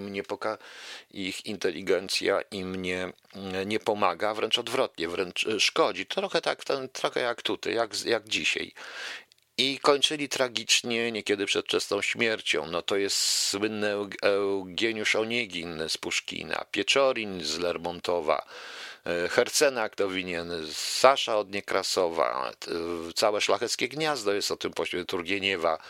im nie pomaga, wręcz odwrotnie, wręcz szkodzi. Trochę jak tutaj, jak dzisiaj. I kończyli tragicznie, niekiedy przedwczesną śmiercią. No to jest słynny Eugeniusz Oniegin z Puszkina, Pieczorin z Lermontowa, Hercenak to winien, Sasza od Niekrasowa, całe szlacheckie gniazdo jest o tym poświęcone, Turgieniewa,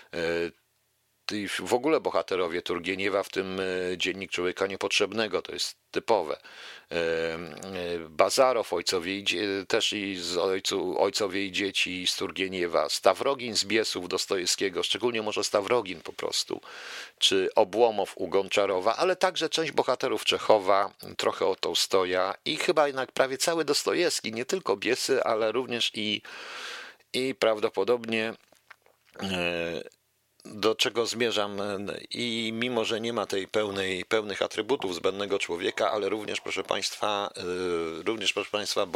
i w ogóle bohaterowie Turgieniewa, w tym Dziennik Człowieka Niepotrzebnego, to jest typowe. Bazarow, też i z Ojcowie i dzieci z Turgieniewa, Stawrogin z Biesów Dostojewskiego, szczególnie może Stawrogin po prostu, czy Obłomow u Gonczarowa, ale także część bohaterów Czechowa, trochę o Tołstoja i chyba jednak prawie cały Dostojewski, nie tylko Biesy, ale również i prawdopodobnie do czego zmierzam i mimo, że nie ma tej pełnych atrybutów zbędnego człowieka, ale również, proszę Państwa,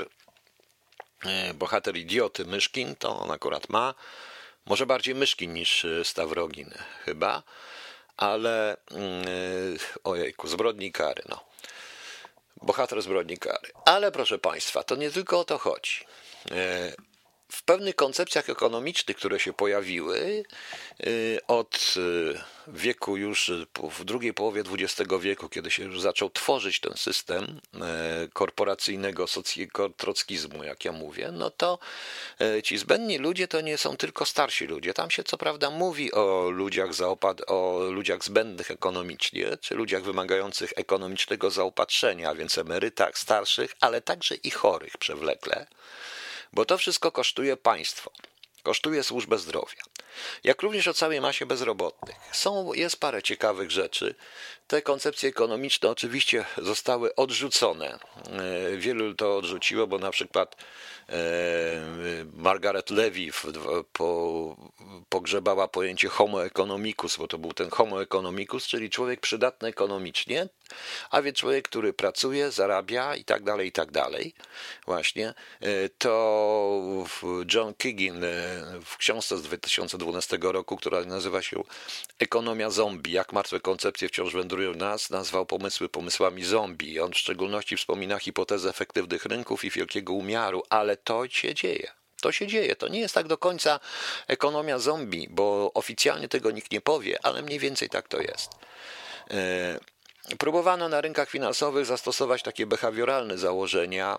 bohater idioty Myszkin, to on akurat ma, może bardziej Myszkin niż Stawrogin chyba, ale ojejku, Zbrodni i kary, no. Bohater Zbrodni i kary. Ale proszę Państwa, to nie tylko o to chodzi. W pewnych koncepcjach ekonomicznych, które się pojawiły od wieku już w drugiej połowie XX wieku, kiedy się już zaczął tworzyć ten system korporacyjnego trockizmu, jak ja mówię, no to ci zbędni ludzie to nie są tylko starsi ludzie. Tam się co prawda mówi o ludziach zbędnych ekonomicznie, czy ludziach wymagających ekonomicznego zaopatrzenia, a więc emerytach, starszych, ale także i chorych przewlekle. Bo to wszystko kosztuje państwo, kosztuje służbę zdrowia. jak również o całej masie bezrobotnych. Jest parę ciekawych rzeczy. Te koncepcje ekonomiczne oczywiście zostały odrzucone. Wielu to odrzuciło, bo na przykład Margaret Levy pogrzebała pojęcie homo economicus, bo to był ten homo economicus, czyli człowiek przydatny ekonomicznie, a więc człowiek, który pracuje, zarabia i tak dalej. Właśnie to John Keegan w książce z 2012 roku, która nazywa się Ekonomia zombie, jak martwe koncepcje wciąż wędrują nas, nazwał pomysły pomysłami zombie. On w szczególności wspomina hipotezę efektywnych rynków i wielkiego umiaru, ale to się dzieje. To się dzieje. To nie jest tak do końca ekonomia zombie, bo oficjalnie tego nikt nie powie, ale mniej więcej tak to jest. Próbowano na rynkach finansowych zastosować takie behawioralne założenia,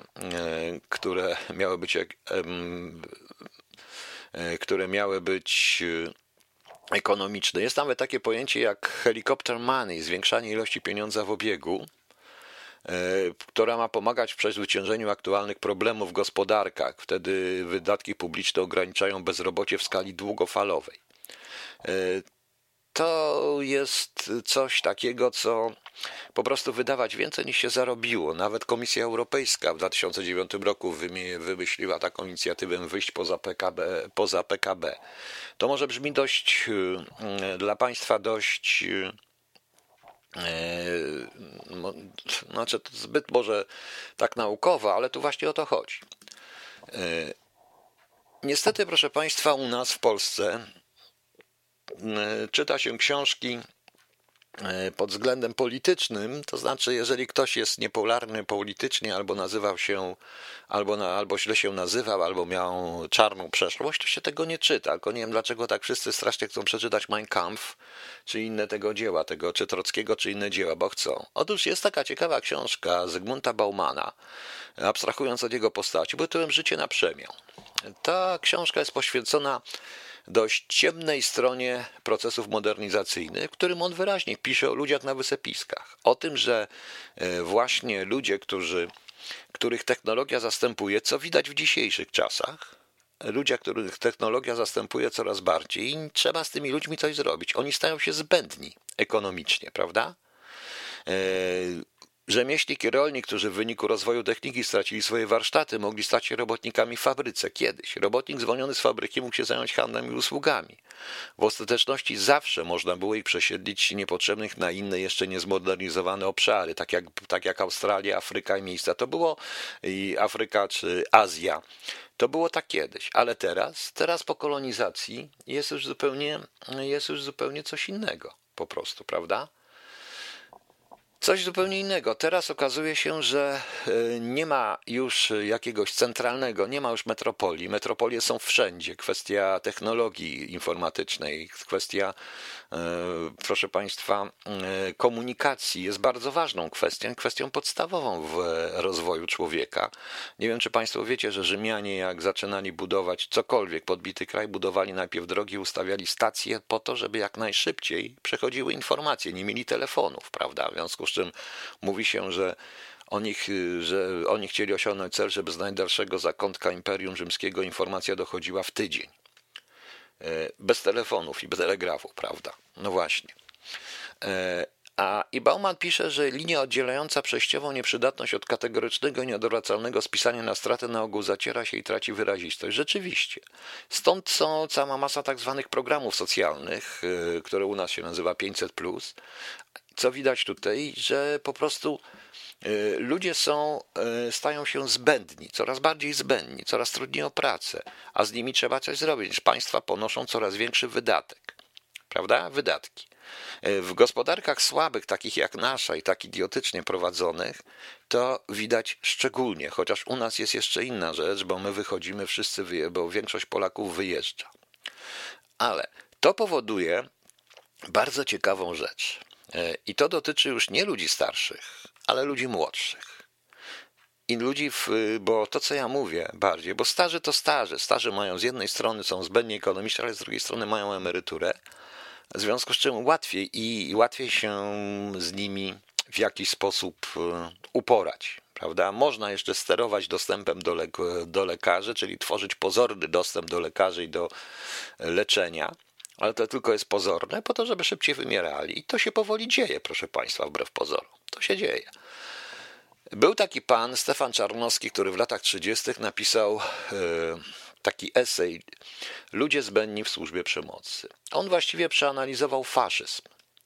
które miały być ekonomiczne. Jest nawet takie pojęcie jak helicopter money, zwiększanie ilości pieniądza w obiegu, która ma pomagać w przezwyciężeniu aktualnych problemów w gospodarkach. Wtedy wydatki publiczne ograniczają bezrobocie w skali długofalowej. To jest coś takiego, co po prostu wydawać więcej niż się zarobiło. Nawet Komisja Europejska w 2009 roku wymyśliła taką inicjatywę wyjść poza PKB. To może brzmi dla Państwa dość, znaczy zbyt może tak naukowo, ale tu właśnie o to chodzi. Niestety, proszę Państwa, u nas w Polsce czyta się książki pod względem politycznym, to znaczy jeżeli ktoś jest niepopularny politycznie albo nazywał się, albo źle się nazywał, albo miał czarną przeszłość, to się tego nie czyta. Tylko nie wiem dlaczego tak wszyscy strasznie chcą przeczytać Mein Kampf, czy inne tego dzieła, czy Trockiego, czy inne dzieła, bo chcą. Otóż jest taka ciekawa książka Zygmunta Baumana, abstrahując od jego postaci, pod tytułem Życie na przemian. Ta książka jest poświęcona dość ciemnej stronie procesów modernizacyjnych, w którym on wyraźnie pisze o ludziach na wysypiskach. O tym, że właśnie ludzie, których technologia zastępuje, co widać w dzisiejszych czasach, ludzie, których technologia zastępuje coraz bardziej i trzeba z tymi ludźmi coś zrobić. Oni stają się zbędni ekonomicznie, prawda? Rzemieślnik i rolnik, którzy w wyniku rozwoju techniki stracili swoje warsztaty, mogli stać się robotnikami w fabryce. Kiedyś robotnik zwolniony z fabryki mógł się zająć handlem i usługami. W ostateczności zawsze można było ich przesiedlić niepotrzebnych na inne, jeszcze niezmodernizowane obszary, tak jak Australia, Afryka i miejsca. To było i Afryka czy Azja. To było tak kiedyś, ale teraz po kolonizacji jest już zupełnie coś innego po prostu, prawda? Coś zupełnie innego. Teraz okazuje się, że nie ma już jakiegoś centralnego, nie ma już metropolii. Metropolie są wszędzie. Kwestia technologii informatycznej, kwestia, proszę Państwa, komunikacji jest bardzo ważną kwestią podstawową w rozwoju człowieka. Nie wiem, czy Państwo wiecie, że Rzymianie, jak zaczynali budować cokolwiek, podbity kraj, budowali najpierw drogi, ustawiali stacje po to, żeby jak najszybciej przechodziły informacje. Nie mieli telefonów, prawda? W związku z czym mówi się, że oni chcieli osiągnąć cel, żeby z najdalszego zakątka Imperium Rzymskiego informacja dochodziła w tydzień. Bez telefonów i bez telegrafu, prawda? No właśnie. I Bauman pisze, że linia oddzielająca przejściową nieprzydatność od kategorycznego i nieodwracalnego spisania na stratę na ogół zaciera się i traci wyrazistość. Rzeczywiście. Stąd są cała masa tak zwanych programów socjalnych, które u nas się nazywa 500+. Co widać tutaj, że po prostu ludzie stają się zbędni, coraz bardziej zbędni, coraz trudniej o pracę, a z nimi trzeba coś zrobić. Państwa ponoszą coraz większy wydatek, prawda? Wydatki. W gospodarkach słabych, takich jak nasza i tak idiotycznie prowadzonych, to widać szczególnie, chociaż u nas jest jeszcze inna rzecz, bo my wychodzimy wszyscy, bo większość Polaków wyjeżdża. Ale to powoduje bardzo ciekawą rzecz. I to dotyczy już nie ludzi starszych, ale ludzi młodszych. I ludzi, bo to co ja mówię bardziej, bo starzy to starzy. Starzy mają z jednej strony są zbędni ekonomicznie, ale z drugiej strony mają emeryturę. W związku z czym łatwiej się z nimi w jakiś sposób uporać, prawda? Można jeszcze sterować dostępem do lekarzy, czyli tworzyć pozorny dostęp do lekarzy i do leczenia, ale to tylko jest pozorne, po to, żeby szybciej wymierali. I to się powoli dzieje, proszę Państwa, wbrew pozorom. To się dzieje. Był taki pan, Stefan Czarnowski, który w latach 30. napisał taki esej Ludzie zbędni w służbie przemocy. On właściwie przeanalizował faszyzm.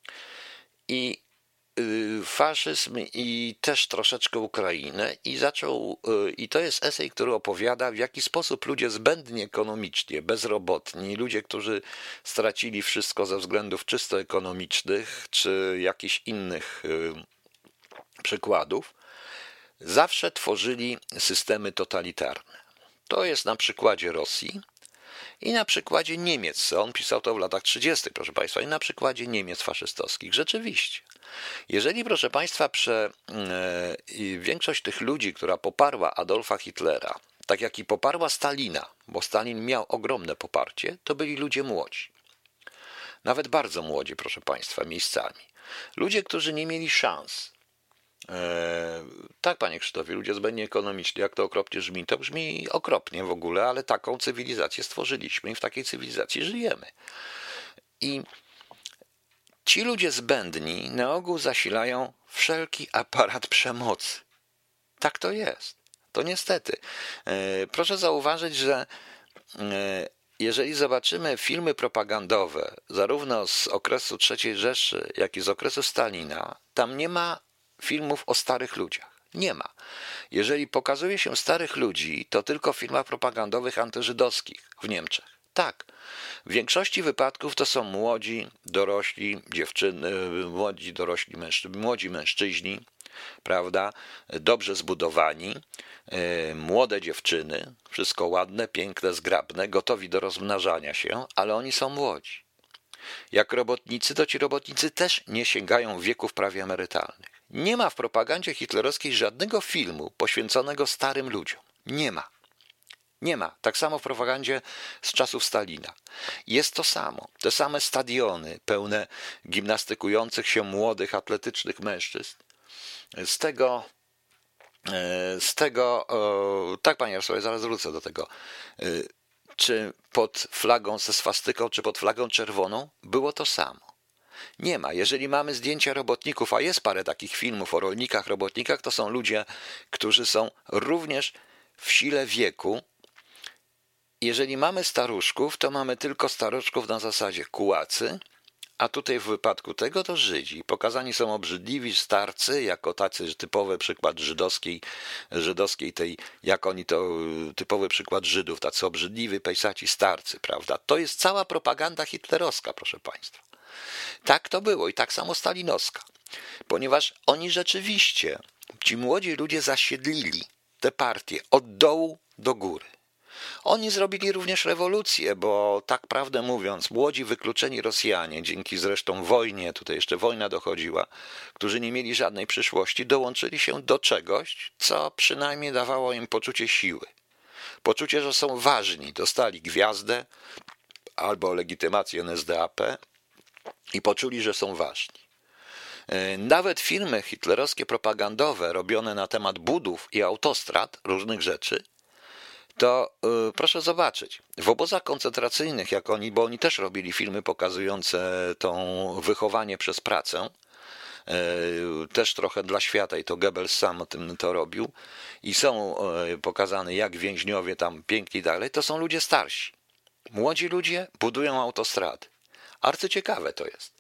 I też troszeczkę Ukrainę i to jest esej, który opowiada, w jaki sposób ludzie zbędni ekonomicznie, bezrobotni, ludzie, którzy stracili wszystko ze względów czysto ekonomicznych czy jakichś innych przykładów, zawsze tworzyli systemy totalitarne. To jest na przykładzie Rosji i na przykładzie Niemiec. On pisał to w latach 30., proszę Państwa, i na przykładzie Niemiec faszystowskich. Rzeczywiście. Jeżeli, proszę Państwa, większość tych ludzi, która poparła Adolfa Hitlera, tak jak i poparła Stalina, bo Stalin miał ogromne poparcie, to byli ludzie młodzi. Nawet bardzo młodzi, proszę Państwa, miejscami. Ludzie, którzy nie mieli szans. Tak, panie Krzysztofie, ludzie zbędni ekonomicznie, jak to okropnie brzmi, to brzmi okropnie w ogóle, ale taką cywilizację stworzyliśmy i w takiej cywilizacji żyjemy. I ci ludzie zbędni na ogół zasilają wszelki aparat przemocy. Tak to jest. To niestety. Proszę zauważyć, że jeżeli zobaczymy filmy propagandowe, zarówno z okresu III Rzeszy, jak i z okresu Stalina, tam nie ma filmów o starych ludziach. Nie ma. Jeżeli pokazuje się starych ludzi, to tylko w filmach propagandowych antyżydowskich w Niemczech. Tak. W większości wypadków to są młodzi, dorośli dziewczyny, młodzi mężczyźni, prawda, dobrze zbudowani, młode dziewczyny, wszystko ładne, piękne, zgrabne, gotowi do rozmnażania się, ale oni są młodzi. Jak robotnicy, to ci robotnicy też nie sięgają wieków prawie emerytalnych. Nie ma w propagandzie hitlerowskiej żadnego filmu poświęconego starym ludziom. Nie ma. Nie ma. Tak samo w propagandzie z czasów Stalina. Jest to samo. Te same stadiony pełne gimnastykujących się młodych, atletycznych mężczyzn. Tak, panie Jarosławie, zaraz wrócę do tego. Czy pod flagą ze swastyką, czy pod flagą czerwoną, było to samo. Nie ma. Jeżeli mamy zdjęcia robotników, a jest parę takich filmów o rolnikach, robotnikach, to są ludzie, którzy są również w sile wieku. Jeżeli mamy staruszków, to mamy tylko staruszków na zasadzie kułacy, a tutaj w wypadku tego to Żydzi. Pokazani są obrzydliwi starcy, jako tacy typowy przykład żydowskiej tej, jak oni to, typowy przykład Żydów, tacy obrzydliwi, pejsaci starcy, prawda? To jest cała propaganda hitlerowska, proszę Państwa. Tak to było i tak samo stalinowska, ponieważ oni rzeczywiście, ci młodzi ludzie zasiedlili te partie od dołu do góry. Oni zrobili również rewolucję, bo tak prawdę mówiąc, młodzi wykluczeni Rosjanie, dzięki zresztą wojnie, tutaj jeszcze wojna dochodziła, którzy nie mieli żadnej przyszłości, dołączyli się do czegoś, co przynajmniej dawało im poczucie siły. Poczucie, że są ważni, dostali gwiazdę albo legitymację NSDAP i poczuli, że są ważni. Nawet filmy hitlerowskie propagandowe robione na temat budów i autostrad, różnych rzeczy, to proszę zobaczyć, w obozach koncentracyjnych, bo oni też robili filmy pokazujące to wychowanie przez pracę, też trochę dla świata i to Goebbels sam o tym to robił i są pokazane jak więźniowie tam piękni dalej, to są ludzie starsi. Młodzi ludzie budują autostrady. Arcyciekawe to jest.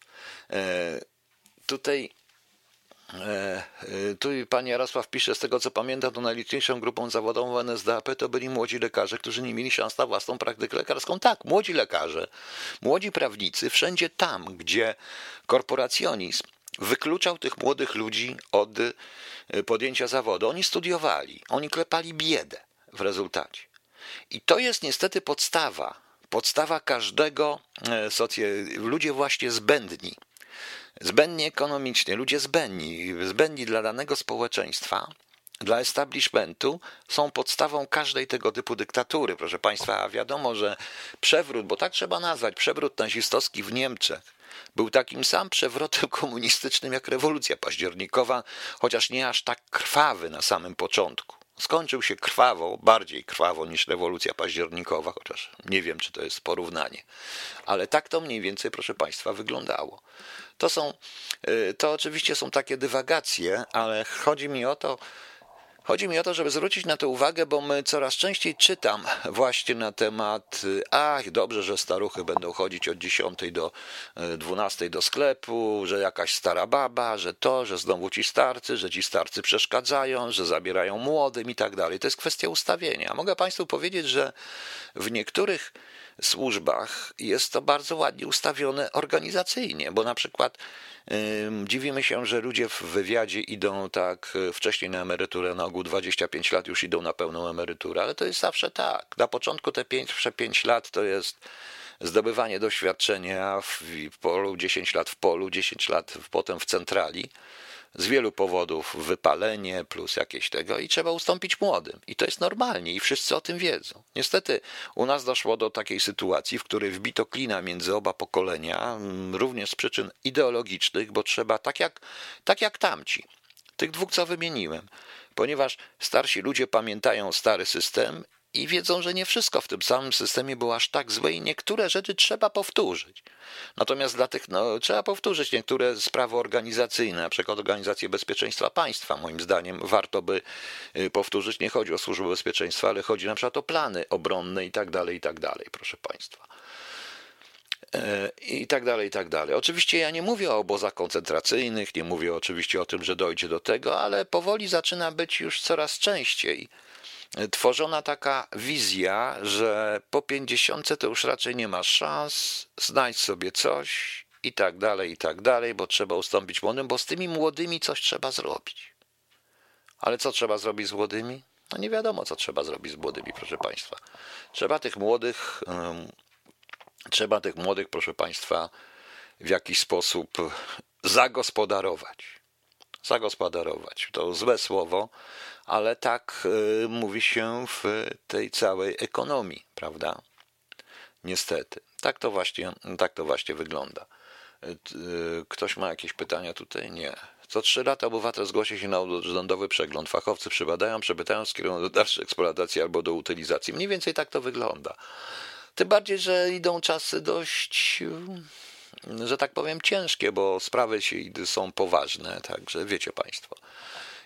Tu pan Jarosław pisze, z tego co pamiętam, to najliczniejszą grupą zawodową w NSDAP to byli młodzi lekarze, którzy nie mieli szans na własną praktykę lekarską. Tak, młodzi lekarze, młodzi prawnicy, wszędzie tam, gdzie korporacjonizm wykluczał tych młodych ludzi od podjęcia zawodu. Oni studiowali, oni klepali biedę w rezultacie. I to jest niestety podstawa każdego ludzie właśnie zbędni ekonomicznie, ludzie zbędni dla danego społeczeństwa, dla establishmentu są podstawą każdej tego typu dyktatury, proszę Państwa, a wiadomo, że przewrót, bo tak trzeba nazwać, przewrót nazistowski w Niemczech był takim sam przewrotem komunistycznym jak rewolucja październikowa, chociaż nie aż tak krwawy na samym początku. Skończył się krwawo, bardziej krwawo niż rewolucja październikowa, chociaż nie wiem, czy to jest porównanie. Ale tak to mniej więcej, proszę Państwa, wyglądało. To oczywiście są takie dywagacje, ale chodzi mi o to, żeby zwrócić na to uwagę, bo my coraz częściej czytam właśnie na temat, ach, dobrze, że staruchy będą chodzić od 10 do 12 do sklepu, że jakaś stara baba, że znowu ci starcy, że ci starcy przeszkadzają, że zabierają młodym i tak dalej. To jest kwestia ustawienia. Mogę Państwu powiedzieć, że w niektórych służbach jest to bardzo ładnie ustawione organizacyjnie, bo na przykład dziwimy się, że ludzie w wywiadzie idą tak wcześniej na emeryturę, na ogół 25 lat już idą na pełną emeryturę, ale to jest zawsze tak. Na początku te pierwsze 5 lat to jest zdobywanie doświadczenia w polu, 10 lat w polu, 10 lat potem w centrali. Z wielu powodów wypalenie plus jakieś tego i trzeba ustąpić młodym. I to jest normalnie i wszyscy o tym wiedzą. Niestety u nas doszło do takiej sytuacji, w której wbito klina między oba pokolenia, również z przyczyn ideologicznych, bo trzeba tak jak tamci, tych dwóch, co wymieniłem, ponieważ starsi ludzie pamiętają stary system i wiedzą, że nie wszystko w tym samym systemie było aż tak złe i niektóre rzeczy trzeba powtórzyć. Natomiast dla tych, trzeba powtórzyć niektóre sprawy organizacyjne, na przykład organizację bezpieczeństwa państwa. Moim zdaniem warto by powtórzyć. Nie chodzi o służbę bezpieczeństwa, ale chodzi na przykład o plany obronne i tak dalej, proszę Państwa. I tak dalej, i tak dalej. Oczywiście ja nie mówię o obozach koncentracyjnych, nie mówię oczywiście o tym, że dojdzie do tego, ale powoli zaczyna być już coraz częściej tworzona taka wizja, że po 50 to już raczej nie ma szans, znajdź sobie coś i tak dalej, bo trzeba ustąpić młodym, bo z tymi młodymi coś trzeba zrobić. Ale co trzeba zrobić z młodymi? No nie wiadomo, co trzeba zrobić z młodymi, proszę Państwa. Trzeba tych młodych, proszę Państwa, w jakiś sposób zagospodarować. Zagospodarować. To złe słowo, ale tak mówi się w tej całej ekonomii, prawda? Niestety. Tak to właśnie wygląda. Ktoś ma jakieś pytania tutaj? Nie. Co 3 lata obywatel zgłosi się na urzędowy przegląd. Fachowcy przepytają, skierują do dalszej eksploatacji albo do utylizacji. Mniej więcej tak to wygląda. Tym bardziej, że idą czasy dość, że tak powiem, ciężkie, bo sprawy są poważne, także wiecie Państwo.